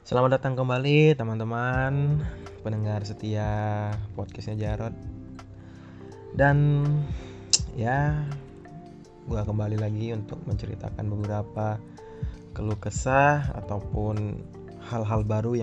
Selamat datang kembali teman-teman pendengar setia podcastnya Jarod. Dan ya, gue kembali lagi untuk menceritakan beberapa keluh kesah ataupun hal-hal baru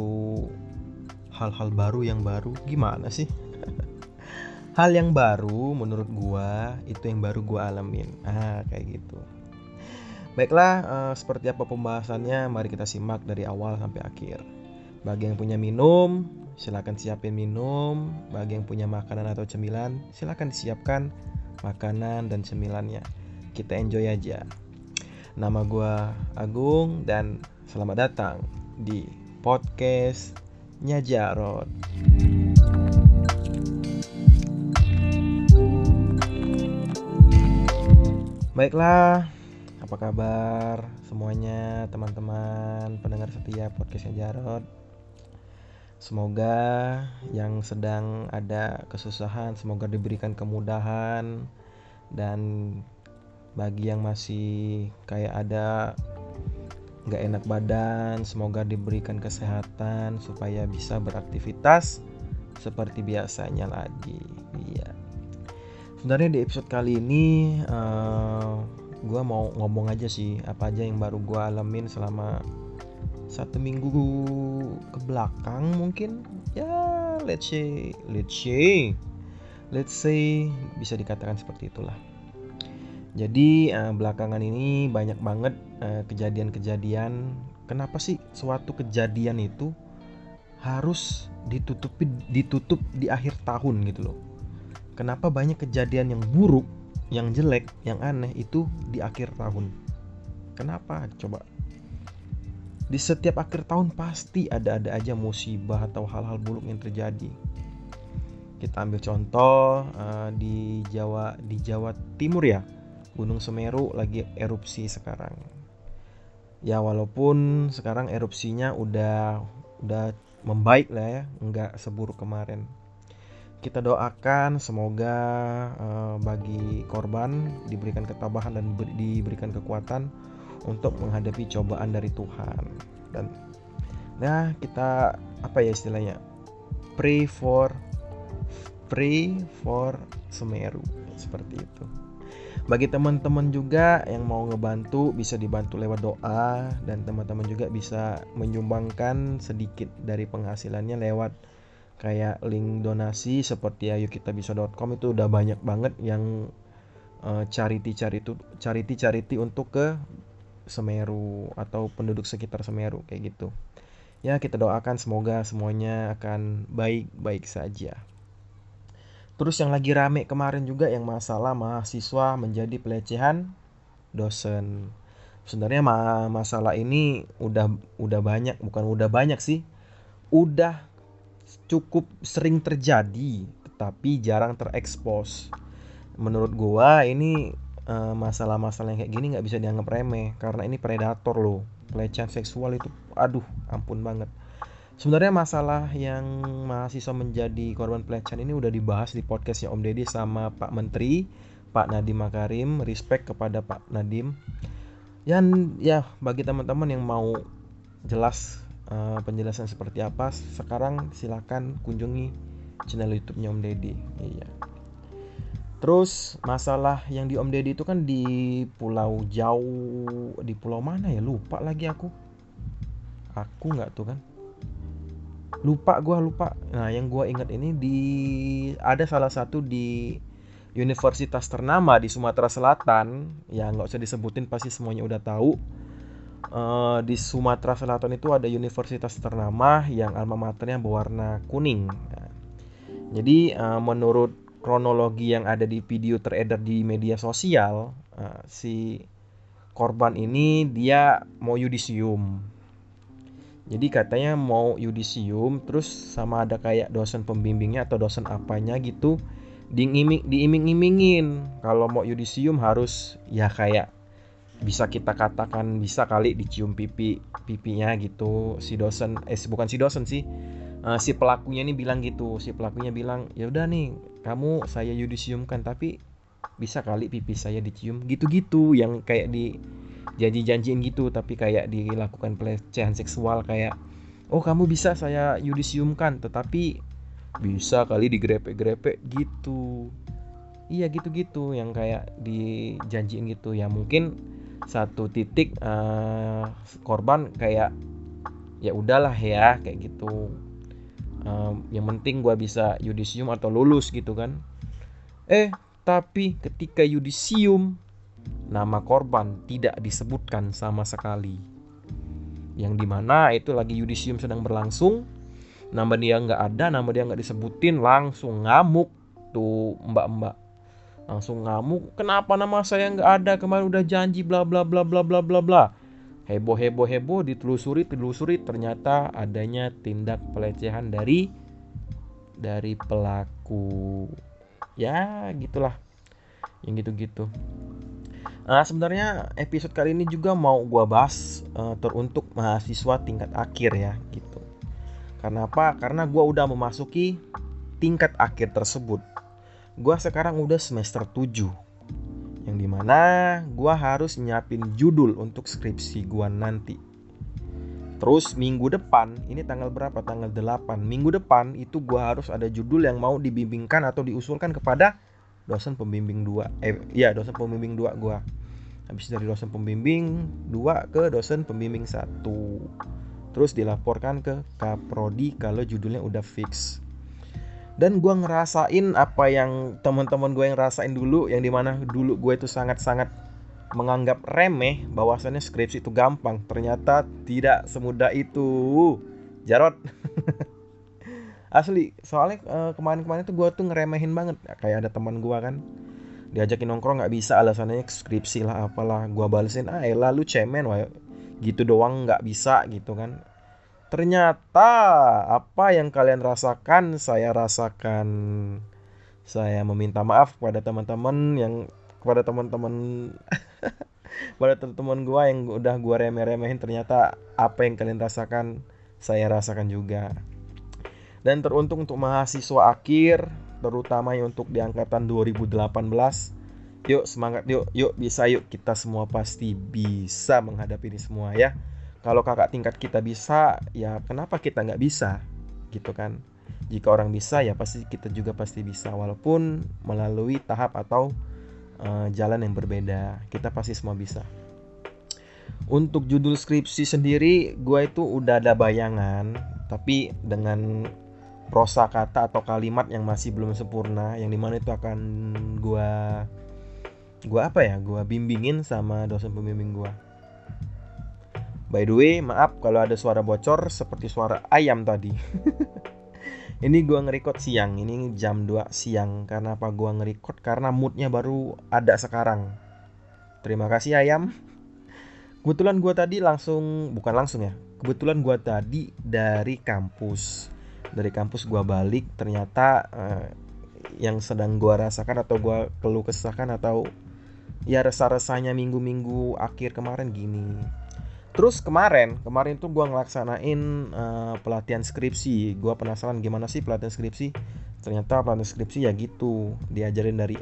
gimana sih? Hal yang baru menurut gue itu yang baru gue alamin. Kayak gitu. Baiklah, seperti apa pembahasannya? Mari kita simak dari awal sampai akhir. Bagi yang punya minum, silakan siapin minum. Bagi yang punya makanan atau cemilan, silakan disiapkan makanan dan cemilannya. Kita enjoy aja. Nama gue Agung dan selamat datang di podcastnya Jarod. Baiklah, apa kabar semuanya teman-teman pendengar setia podcastnya Jarod? Semoga yang sedang ada kesusahan semoga diberikan kemudahan, dan bagi yang masih kayak ada gak enak badan semoga diberikan kesehatan supaya bisa beraktivitas seperti biasanya lagi. Iya. Sebenarnya di episode kali ini gue mau ngomong aja sih apa aja yang baru gue alamin selama 1 minggu ke belakang mungkin ya, let's say bisa dikatakan seperti itulah. Jadi belakangan ini banyak banget kejadian-kejadian. Kenapa sih suatu kejadian itu harus ditutup di akhir tahun gitu loh? Kenapa banyak kejadian yang buruk, yang jelek, yang aneh itu di akhir tahun? Kenapa coba? Di setiap akhir tahun pasti ada aja musibah atau hal-hal buruk yang terjadi. Kita ambil contoh di Jawa Timur ya, Gunung Semeru lagi erupsi sekarang. Ya walaupun sekarang erupsinya udah membaik lah ya, nggak seburuk kemarin. Kita doakan semoga bagi korban diberikan ketabahan dan diberikan kekuatan untuk menghadapi cobaan dari Tuhan. Dan nah kita apa ya istilahnya, pray for Semeru seperti itu. Bagi teman-teman juga yang mau ngebantu bisa dibantu lewat doa, dan teman-teman juga bisa menyumbangkan sedikit dari penghasilannya lewat kayak link donasi seperti ayukitabisa.com. Itu udah banyak banget yang charity untuk ke Semeru atau penduduk sekitar Semeru kayak gitu. Ya kita doakan semoga semuanya akan baik-baik saja. Terus yang lagi rame kemarin juga yang masalah mahasiswa menjadi pelecehan dosen. Sebenarnya masalah ini udah banyak, bukan udah banyak sih, udah cukup sering terjadi tetapi jarang terekspos. Menurut gua ini masalah-masalah yang kayak gini nggak bisa dianggap remeh karena ini predator loh. Pelecehan seksual itu aduh ampun banget. Sebenarnya masalah yang mahasiswa menjadi korban pelecehan ini udah dibahas di podcastnya Om Deddy sama Pak Menteri, Pak Nadiem Makarim. Respect kepada Pak Nadiem. Dan ya bagi teman-teman yang mau jelas penjelasan seperti apa, sekarang silakan kunjungi channel YouTube-nya Om Deddy. Iya. Terus masalah yang di Om Deddy itu kan di Pulau Jauh, di pulau mana ya, lupa lagi aku nggak tuh kan, lupa. Nah yang gue ingat ini ada salah satu di universitas ternama di Sumatera Selatan. Ya nggak usah disebutin, pasti semuanya udah tahu. Di Sumatera Selatan itu ada universitas ternama yang alma maternya berwarna kuning. Nah, jadi menurut kronologi yang ada di video teredar di media sosial, si korban ini dia mau yudisium. Jadi katanya mau yudisium, terus sama ada kayak dosen pembimbingnya atau dosen apanya gitu diiming-imingin kalau mau yudisium harus ya kayak bisa kita katakan bisa kali dicium pipinya gitu. Si dosen bukan si dosen sih, si pelakunya ini bilang gitu. Si pelakunya bilang ya udah nih kamu saya yudisiumkan tapi bisa kali pipi saya dicium gitu-gitu, yang kayak di janji-janjiin gitu tapi kayak dilakukan pelecehan seksual kayak Oh kamu bisa saya yudisiumkan, tetapi bisa kali digrepe-grepe gitu. Iya gitu-gitu yang kayak dijanjiin gitu ya, mungkin satu titik korban kayak ya udahlah ya kayak gitu. Yang penting gua bisa yudisium atau lulus gitu kan. Tapi ketika yudisium nama korban tidak disebutkan sama sekali. Yang dimana itu lagi yudisium sedang berlangsung, nama dia nggak ada, nama dia nggak disebutin, langsung ngamuk tuh mbak-mbak, langsung ngamuk, kenapa nama saya nggak ada, kemarin udah janji bla bla bla bla bla bla bla. Heboh heboh heboh, ditelusuri ternyata adanya tindak pelecehan dari pelaku. Ya gitulah, yang gitu-gitu. Sebenarnya episode kali ini juga mau gua bahas teruntuk mahasiswa tingkat akhir ya gitu. Karena apa? Karena gua udah memasuki tingkat akhir tersebut. Gua sekarang udah semester 7, yang dimana gua harus nyiapin judul untuk skripsi gua nanti. Terus minggu depan, ini tanggal berapa? Tanggal 8. Minggu depan itu gua harus ada judul yang mau dibimbingkan atau diusulkan kepada dosen pembimbing 2. Dosen pembimbing 2 gua. Habis dari dosen pembimbing 2 ke dosen pembimbing 1. Terus dilaporkan ke Kaprodi kalau judulnya udah fix. Dan gue ngerasain apa yang teman-teman gue yang rasain dulu, yang dimana dulu gue itu sangat-sangat menganggap remeh bahwasannya skripsi itu gampang. Ternyata tidak semudah itu, Jarot. Asli, soalnya kemarin-kemarin tuh gue tuh ngeremehin banget. Kayak ada teman gue kan, diajakin nongkrong nggak bisa, alasannya skripsi lah apalah. Gue balesin, elah lu cemen, wah gitu doang nggak bisa gitu kan. Ternyata apa yang kalian rasakan, saya rasakan. Saya meminta maaf kepada teman-teman kepada teman-teman pada teman-teman gue yang udah gue remeh-remehin. Ternyata apa yang kalian rasakan, saya rasakan juga. Dan teruntuk untuk mahasiswa akhir, terutama untuk di angkatan 2018. Yuk semangat, yuk bisa, yuk kita semua pasti bisa menghadapi ini semua ya. Kalau kakak tingkat kita bisa, ya kenapa kita nggak bisa gitu kan. Jika orang bisa ya pasti kita juga pasti bisa, walaupun melalui tahap atau jalan yang berbeda, kita pasti semua bisa. Untuk judul skripsi sendiri, gue itu udah ada bayangan, tapi dengan prosa kata atau kalimat yang masih belum sempurna, yang dimana itu akan gue bimbingin sama dosen pembimbing gue. By the way, maaf kalau ada suara bocor seperti suara ayam tadi. Ini gue nge-record siang, ini jam 2 siang. Karena apa gue nge-record? Karena moodnya baru ada sekarang. Terima kasih ayam. Kebetulan gue tadi Kebetulan gue tadi dari kampus. Dari kampus gue balik, ternyata yang sedang gue rasakan atau gue keluh kesahkan atau ya resah-resahnya minggu-minggu akhir kemarin gini. Terus kemarin tuh gue ngelaksanain pelatihan skripsi. Gue penasaran gimana sih pelatihan skripsi. Ternyata pelatihan skripsi ya gitu, diajarin dari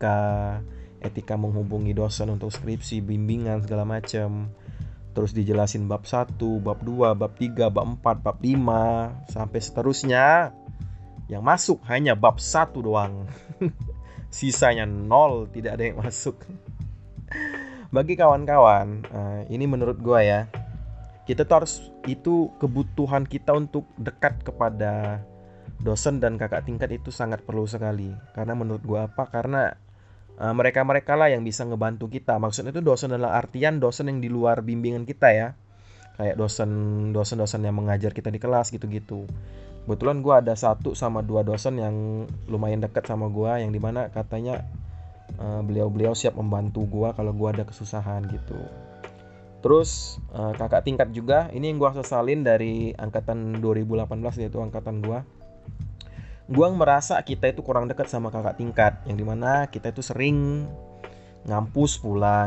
etika menghubungi dosen untuk skripsi, bimbingan segala macam. Terus dijelasin bab 1, bab 2, bab 3, bab 4, bab 5 sampai seterusnya. Yang masuk hanya bab 1 doang. Sisanya 0, tidak ada yang masuk. Bagi kawan-kawan, ini menurut gue ya, kita tuh harus, itu kebutuhan kita untuk dekat kepada dosen dan kakak tingkat itu sangat perlu sekali. Karena menurut gue apa? Karena mereka-mereka lah yang bisa ngebantu kita. Maksudnya itu dosen dalam artian dosen yang di luar bimbingan kita ya. Kayak dosen yang mengajar kita di kelas gitu-gitu. Kebetulan gue ada 1 sama 2 dosen yang lumayan dekat sama gue, yang dimana katanya beliau-beliau siap membantu gue kalau gue ada kesusahan gitu. Terus kakak tingkat juga, ini yang gue sesalin dari angkatan 2018, yaitu angkatan gue merasa kita itu kurang dekat sama kakak tingkat, yang dimana kita itu sering ngampus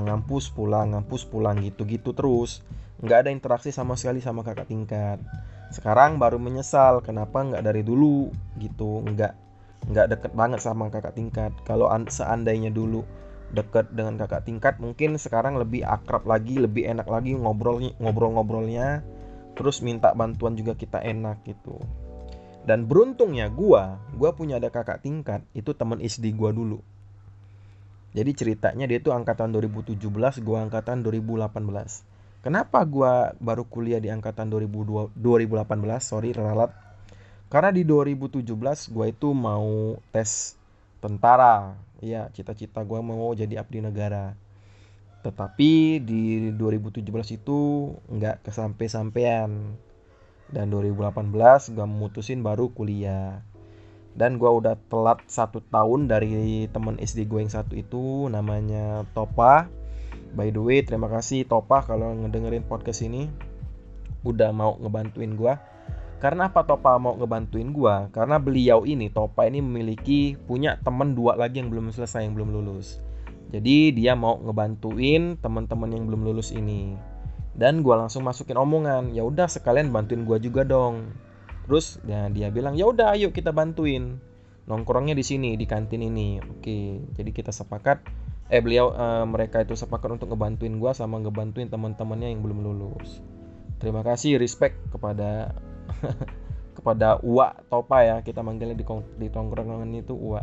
pulang gitu-gitu terus, nggak ada interaksi sama sekali sama kakak tingkat. Sekarang baru menyesal kenapa nggak dari dulu gitu, nggak deket banget sama kakak tingkat. Kalau seandainya dulu deket dengan kakak tingkat, mungkin sekarang lebih akrab lagi, lebih enak lagi ngobrolnya. terus minta bantuan juga kita enak gitu. Dan beruntungnya gua punya ada kakak tingkat, itu teman SD gua dulu. Jadi ceritanya dia tuh angkatan 2017, gua angkatan 2018. Kenapa gua baru kuliah di angkatan 2018, sorry ralat. Karena di 2017 gua itu mau tes tentara. Iya, cita-cita gua mau jadi abdi negara. Tetapi di 2017 itu nggak kesampe-sampean. Dan 2018 gue memutusin baru kuliah. Dan gue udah telat 1 tahun dari temen SD gue yang satu itu, namanya Topa. By the way, terima kasih Topa kalau ngedengerin podcast ini, udah mau ngebantuin gue. Karena apa Topa mau ngebantuin gue? Karena beliau ini, Topa ini punya temen 2 lagi yang belum selesai, yang belum lulus. Jadi dia mau ngebantuin teman-teman yang belum lulus ini. Dan gue langsung masukin omongan, ya udah sekalian bantuin gue juga dong. Terus ya, dia bilang ya udah ayo kita bantuin. Nongkrongnya di sini di kantin ini. Oke, jadi kita sepakat. Mereka itu sepakat untuk ngebantuin gue sama ngebantuin teman-temannya yang belum lulus. Terima kasih, respect kepada kepada Uwa Topa ya, kita manggilnya di tongkrongan itu Uwa.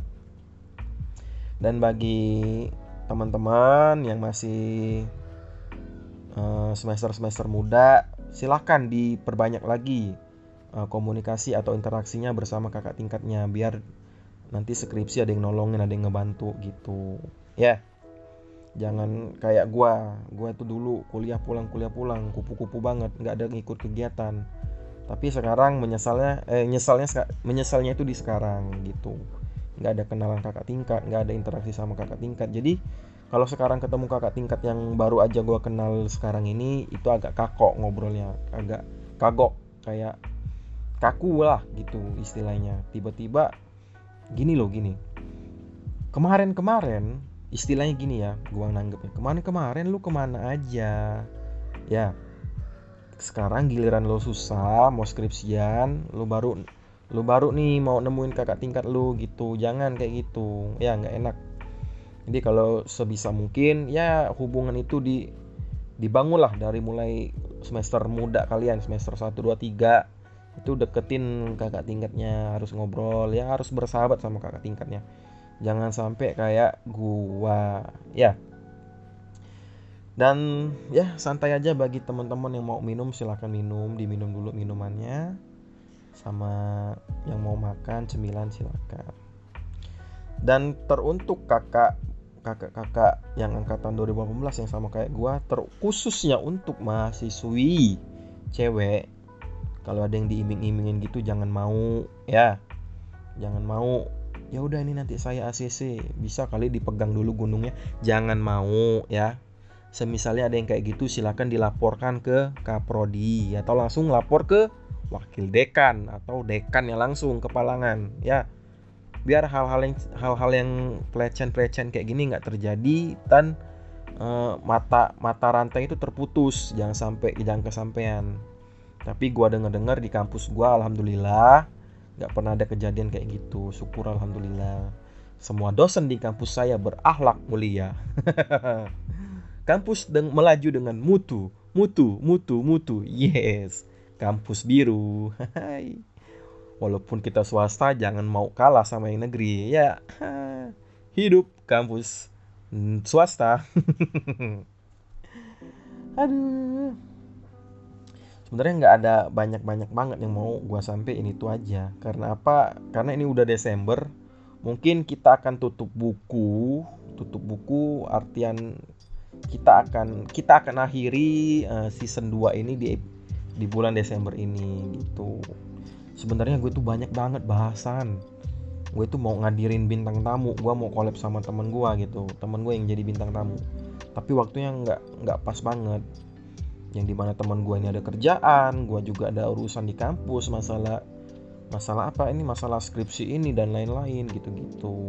Dan bagi teman-teman yang masih semester-semester muda, silahkan diperbanyak lagi komunikasi atau interaksinya bersama kakak tingkatnya, biar nanti skripsi ada yang nolongin, ada yang ngebantu gitu ya. Jangan kayak gua tuh dulu kuliah pulang kupu-kupu banget, nggak ada ngikut kegiatan. Tapi sekarang menyesalnya itu di sekarang gitu, nggak ada kenalan kakak tingkat, nggak ada interaksi sama kakak tingkat. Jadi kalau sekarang ketemu kakak tingkat yang baru aja gue kenal sekarang ini, itu agak kakok ngobrolnya, agak kagok, kayak kaku lah gitu istilahnya. Tiba-tiba gini, kemarin istilahnya gini ya, gue nanggepnya, kemarin lu kemana aja ya. Sekarang giliran lo susah mau skripsian, lu baru nih mau nemuin kakak tingkat lu gitu. Jangan kayak gitu ya, nggak enak. Jadi kalau sebisa mungkin ya hubungan itu dibangun lah dari mulai semester muda kalian, semester 1, 2, 3. Itu deketin kakak tingkatnya, harus ngobrol ya, harus bersahabat sama kakak tingkatnya. Jangan sampai kayak gua ya. Dan ya santai aja, bagi teman-teman yang mau minum silahkan minum, diminum dulu minumannya. Sama yang mau makan cemilan silakan. Dan teruntuk kakak-kakak yang angkatan 2018 yang sama kayak gua, terkhususnya untuk mahasiswi cewek, kalau ada yang diiming-imingin gitu jangan mau ya. Jangan mau, ya udah ini nanti saya ACC, bisa kali dipegang dulu gunungnya. Jangan mau ya. Semisalnya ada yang kayak gitu, silakan dilaporkan ke Kaprodi atau langsung lapor ke wakil dekan atau dekan yang langsung ke Palangan ya. Biar hal-hal yang pelecehan kayak gini nggak terjadi, dan mata rantai itu terputus, jangan kesampean. Tapi gua dengar di kampus gua alhamdulillah nggak pernah ada kejadian kayak gitu, syukur alhamdulillah. Semua dosen di kampus saya berakhlak mulia. Kampus melaju dengan mutu, yes, kampus biru. Walaupun kita swasta, jangan mau kalah sama yang negeri ya. Hidup kampus swasta. Aduh, sebenarnya nggak ada banyak banget yang mau gua sampein, itu aja. Karena apa? Karena ini udah Desember, mungkin kita akan tutup buku artian kita akan akhiri season 2 ini di bulan Desember ini gitu. Sebenarnya gue tuh banyak banget bahasan. Gue tuh mau ngadirin bintang tamu, gue mau collab sama temen gue gitu, temen gue yang jadi bintang tamu. Tapi waktunya nggak pas banget. Yang dimana temen gue ini ada kerjaan, gue juga ada urusan di kampus, masalah apa ini, masalah skripsi ini dan lain-lain gitu-gitu.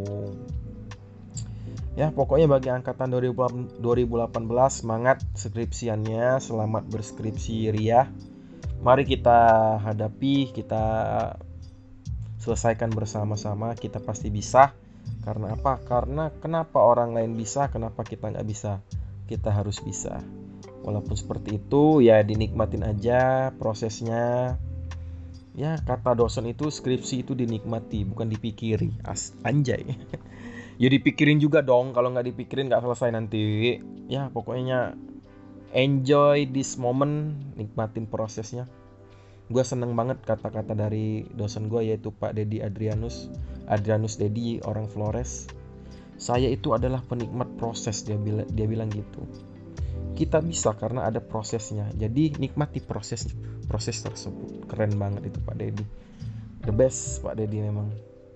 Ya pokoknya bagi angkatan 2018, semangat skripsiannya, selamat berskripsi Ria. Mari kita hadapi, kita selesaikan bersama-sama, kita pasti bisa. Karena apa? Karena kenapa orang lain bisa, kenapa kita nggak bisa? Kita harus bisa. Walaupun seperti itu ya dinikmatin aja prosesnya. Ya kata dosen itu skripsi itu dinikmati bukan dipikiri. Anjay. Ya dipikirin juga dong, kalau nggak dipikirin nggak selesai nanti. Ya pokoknya enjoy this moment, nikmatin prosesnya. Gue seneng banget kata-kata dari dosen gue yaitu Pak Dedi Adrianus Dedi, orang Flores. Saya itu adalah penikmat proses, dia bilang gitu. Kita bisa karena ada prosesnya. Jadi nikmati proses tersebut. Keren banget itu Pak Dedi. The best Pak Dedi memang.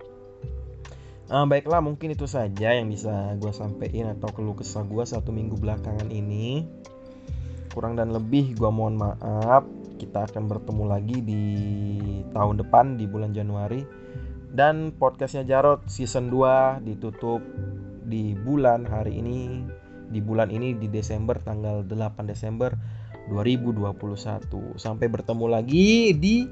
Baiklah, mungkin itu saja yang bisa gue sampaikan atau keluh kesah gue 1 minggu belakangan ini. Kurang dan lebih gue mohon maaf. Kita akan bertemu lagi di tahun depan di bulan Januari. Dan podcastnya Jarod season 2 ditutup di bulan hari ini. Di bulan ini di Desember, tanggal 8 Desember 2021. Sampai bertemu lagi di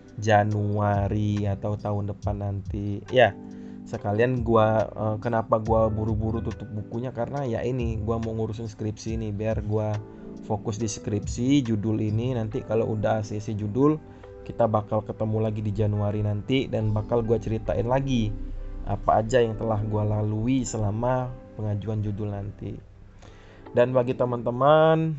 Januari atau tahun depan nanti. Ya, sekalian kenapa gua buru-buru tutup bukunya karena ya ini gua mau ngurusin skripsi ini biar gua fokus di skripsi judul ini. Nanti kalau udah sesi judul kita bakal ketemu lagi di Januari nanti dan bakal gua ceritain lagi apa aja yang telah gua lalui selama pengajuan judul nanti. Dan bagi teman-teman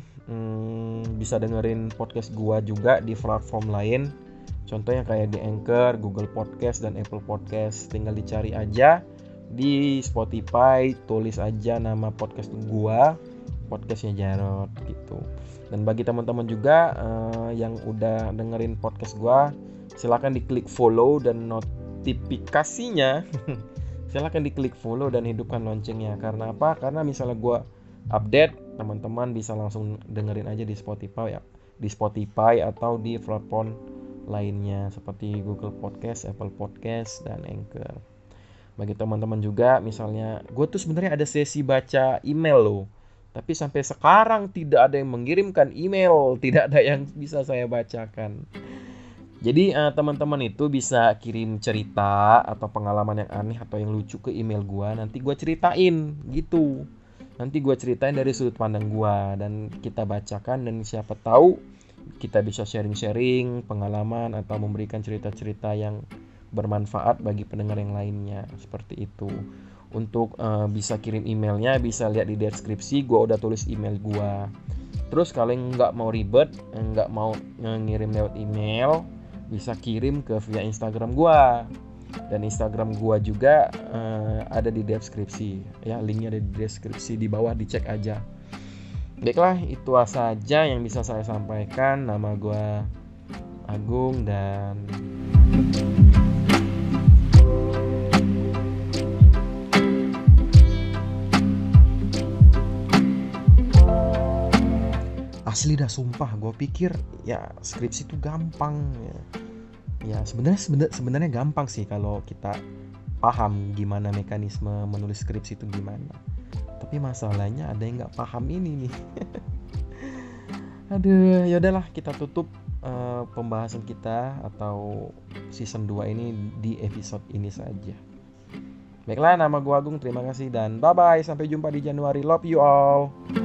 bisa dengerin podcast gua juga di platform lain. Contohnya kayak di Anchor, Google Podcast, dan Apple Podcast. Tinggal dicari aja di Spotify, tulis aja nama podcast gua, podcastnya Jarod gitu. Dan bagi teman-teman juga yang udah dengerin podcast gua, silakan diklik follow dan notifikasinya. Silakan diklik follow dan hidupkan loncengnya. Karena apa? Karena misalnya gua update, teman-teman bisa langsung dengerin aja di Spotify ya, di Spotify atau di platform lainnya seperti Google Podcast, Apple Podcast, dan Anchor. Bagi teman-teman juga, misalnya gue tuh sebenarnya ada sesi baca email loh, tapi sampai sekarang tidak ada yang mengirimkan email, tidak ada yang bisa saya bacakan. Jadi teman-teman itu bisa kirim cerita atau pengalaman yang aneh atau yang lucu ke email gue, nanti gue ceritain gitu. Nanti gue ceritain dari sudut pandang gue dan kita bacakan, dan siapa tahu kita bisa sharing-sharing pengalaman atau memberikan cerita-cerita yang bermanfaat bagi pendengar yang lainnya, seperti itu. Untuk bisa kirim emailnya bisa lihat di deskripsi, gue udah tulis email gue. Terus kalau nggak mau ribet, nggak mau ngirim lewat email, bisa kirim via Instagram gue. Dan Instagram gua juga ada di deskripsi ya, linknya ada di deskripsi di bawah, dicek aja. Baiklah, itu saja yang bisa saya sampaikan. Nama gua Agung dan asli dah, sumpah gua pikir ya skripsi itu gampang ya. Ya sebenarnya gampang sih kalau kita paham gimana mekanisme menulis skripsi itu gimana. Tapi masalahnya ada yang nggak paham ini nih. Aduh, ya udahlah, kita tutup pembahasan kita atau season 2 ini di episode ini saja. Baiklah, nama gua Agung, terima kasih dan bye bye, sampai jumpa di Januari. Love you all.